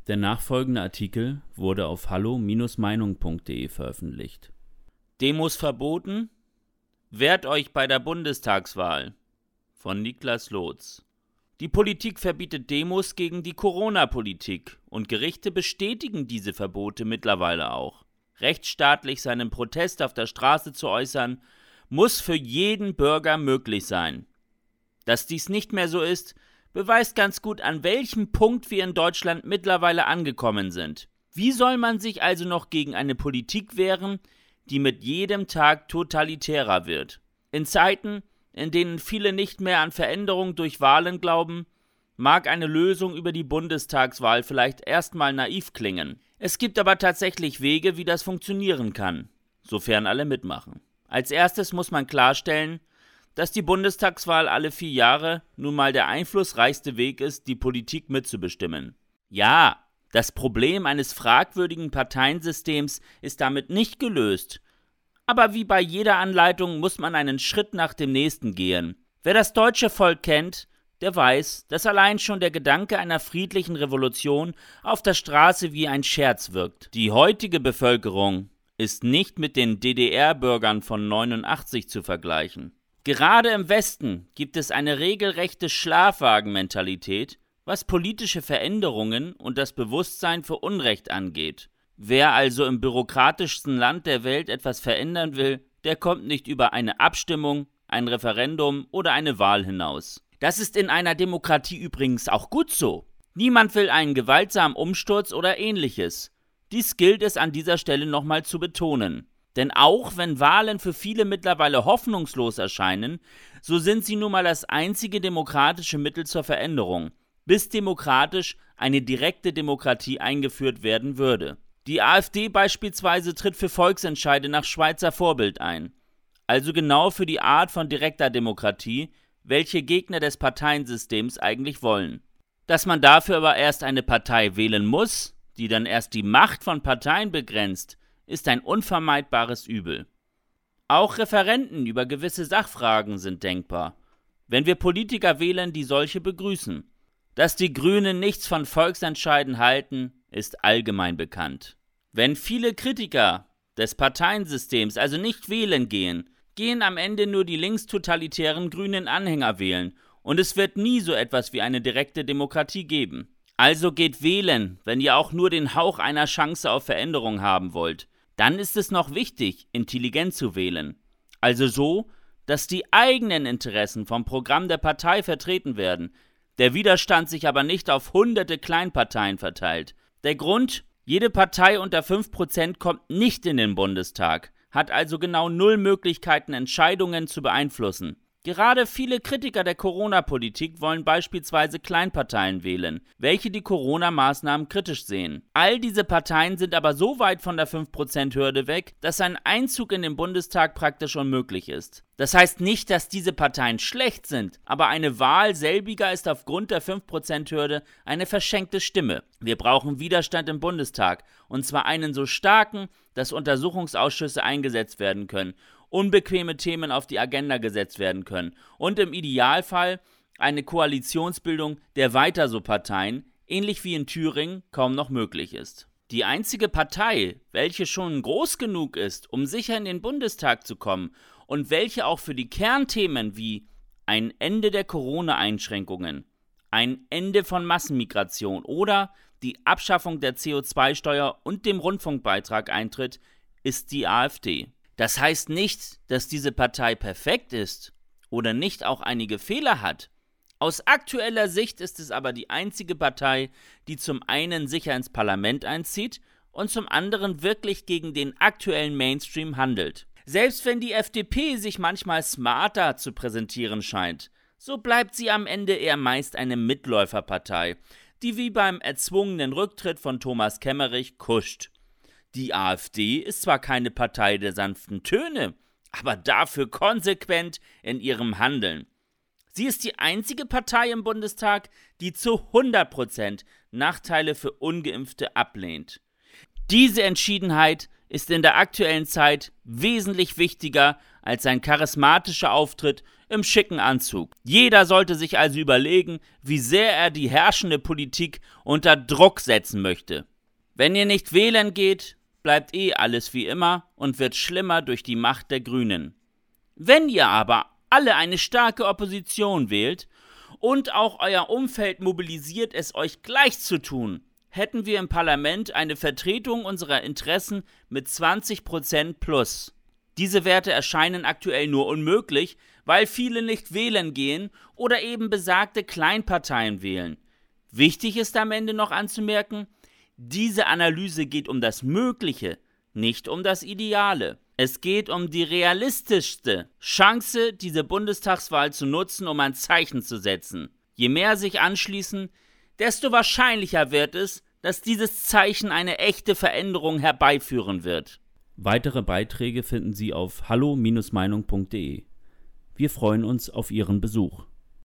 Der nachfolgende Artikel wurde auf hallo-meinung.de veröffentlicht. Demos verboten? Wehrt euch bei der Bundestagswahl von Niklas Lotz. Die Politik verbietet Demos gegen die Corona-Politik und Gerichte bestätigen diese Verbote mittlerweile auch. Rechtsstaatlich seinen Protest auf der Straße zu äußern, muss für jeden Bürger möglich sein. Dass dies nicht mehr so ist, beweist ganz gut, an welchem Punkt wir in Deutschland mittlerweile angekommen sind. Wie soll man sich also noch gegen eine Politik wehren, die mit jedem Tag totalitärer wird? In Zeiten, in denen viele nicht mehr an Veränderung durch Wahlen glauben, mag eine Lösung über die Bundestagswahl vielleicht erstmal naiv klingen. Es gibt aber tatsächlich Wege, wie das funktionieren kann, sofern alle mitmachen. Als erstes muss man klarstellen, dass die Bundestagswahl alle 4 Jahre nun mal der einflussreichste Weg ist, die Politik mitzubestimmen. Ja, das Problem eines fragwürdigen Parteiensystems ist damit nicht gelöst. Aber wie bei jeder Anleitung muss man einen Schritt nach dem nächsten gehen. Wer das deutsche Volk kennt, der weiß, dass allein schon der Gedanke einer friedlichen Revolution auf der Straße wie ein Scherz wirkt. Die heutige Bevölkerung ist nicht mit den DDR-Bürgern von 89 zu vergleichen. Gerade im Westen gibt es eine regelrechte Schlafwagenmentalität, was politische Veränderungen und das Bewusstsein für Unrecht angeht. Wer also im bürokratischsten Land der Welt etwas verändern will, der kommt nicht über eine Abstimmung, ein Referendum oder eine Wahl hinaus. Das ist in einer Demokratie übrigens auch gut so. Niemand will einen gewaltsamen Umsturz oder ähnliches. Dies gilt es an dieser Stelle nochmal zu betonen. Denn auch wenn Wahlen für viele mittlerweile hoffnungslos erscheinen, so sind sie nun mal das einzige demokratische Mittel zur Veränderung, bis demokratisch eine direkte Demokratie eingeführt werden würde. Die AfD beispielsweise tritt für Volksentscheide nach Schweizer Vorbild ein, also genau für die Art von direkter Demokratie, welche Gegner des Parteiensystems eigentlich wollen. Dass man dafür aber erst eine Partei wählen muss, die dann erst die Macht von Parteien begrenzt, ist ein unvermeidbares Übel. Auch Referenden über gewisse Sachfragen sind denkbar, wenn wir Politiker wählen, die solche begrüßen. Dass die Grünen nichts von Volksentscheiden halten, ist allgemein bekannt. Wenn viele Kritiker des Parteiensystems also nicht wählen gehen, gehen am Ende nur die linkstotalitären grünen Anhänger wählen und es wird nie so etwas wie eine direkte Demokratie geben. Also geht wählen, wenn ihr auch nur den Hauch einer Chance auf Veränderung haben wollt. Dann ist es noch wichtig, intelligent zu wählen. Also so, dass die eigenen Interessen vom Programm der Partei vertreten werden, der Widerstand sich aber nicht auf hunderte Kleinparteien verteilt. Der Grund: jede Partei unter 5% kommt nicht in den Bundestag, hat also genau 0 Möglichkeiten, Entscheidungen zu beeinflussen. Gerade viele Kritiker der Corona-Politik wollen beispielsweise Kleinparteien wählen, welche die Corona-Maßnahmen kritisch sehen. All diese Parteien sind aber so weit von der 5%-Hürde weg, dass ein Einzug in den Bundestag praktisch unmöglich ist. Das heißt nicht, dass diese Parteien schlecht sind, aber eine Wahl selbiger ist aufgrund der 5%-Hürde eine verschenkte Stimme. Wir brauchen Widerstand im Bundestag, und zwar einen so starken, dass Untersuchungsausschüsse eingesetzt werden können, unbequeme Themen auf die Agenda gesetzt werden können und im Idealfall eine Koalitionsbildung der weiter so Parteien, ähnlich wie in Thüringen, kaum noch möglich ist. Die einzige Partei, welche schon groß genug ist, um sicher in den Bundestag zu kommen und welche auch für die Kernthemen wie ein Ende der Corona-Einschränkungen, ein Ende von Massenmigration oder die Abschaffung der CO2-Steuer und dem Rundfunkbeitrag eintritt, ist die AfD. Das heißt nicht, dass diese Partei perfekt ist oder nicht auch einige Fehler hat. Aus aktueller Sicht ist es aber die einzige Partei, die zum einen sicher ins Parlament einzieht und zum anderen wirklich gegen den aktuellen Mainstream handelt. Selbst wenn die FDP sich manchmal smarter zu präsentieren scheint, so bleibt sie am Ende eher meist eine Mitläuferpartei, die wie beim erzwungenen Rücktritt von Thomas Kemmerich kuscht. Die AfD ist zwar keine Partei der sanften Töne, aber dafür konsequent in ihrem Handeln. Sie ist die einzige Partei im Bundestag, die zu 100% Nachteile für Ungeimpfte ablehnt. Diese Entschiedenheit ist in der aktuellen Zeit wesentlich wichtiger als ein charismatischer Auftritt im schicken Anzug. Jeder sollte sich also überlegen, wie sehr er die herrschende Politik unter Druck setzen möchte. Wenn ihr nicht wählen geht, bleibt alles wie immer und wird schlimmer durch die Macht der Grünen. Wenn ihr aber alle eine starke Opposition wählt und auch euer Umfeld mobilisiert, es euch gleich zu tun, hätten wir im Parlament eine Vertretung unserer Interessen mit 20% plus. Diese Werte erscheinen aktuell nur unmöglich, weil viele nicht wählen gehen oder eben besagte Kleinparteien wählen. Wichtig ist am Ende noch anzumerken, diese Analyse geht um das Mögliche, nicht um das Ideale. Es geht um die realistischste Chance, diese Bundestagswahl zu nutzen, um ein Zeichen zu setzen. Je mehr sich anschließen, desto wahrscheinlicher wird es, dass dieses Zeichen eine echte Veränderung herbeiführen wird. Weitere Beiträge finden Sie auf hallo-meinung.de. Wir freuen uns auf Ihren Besuch.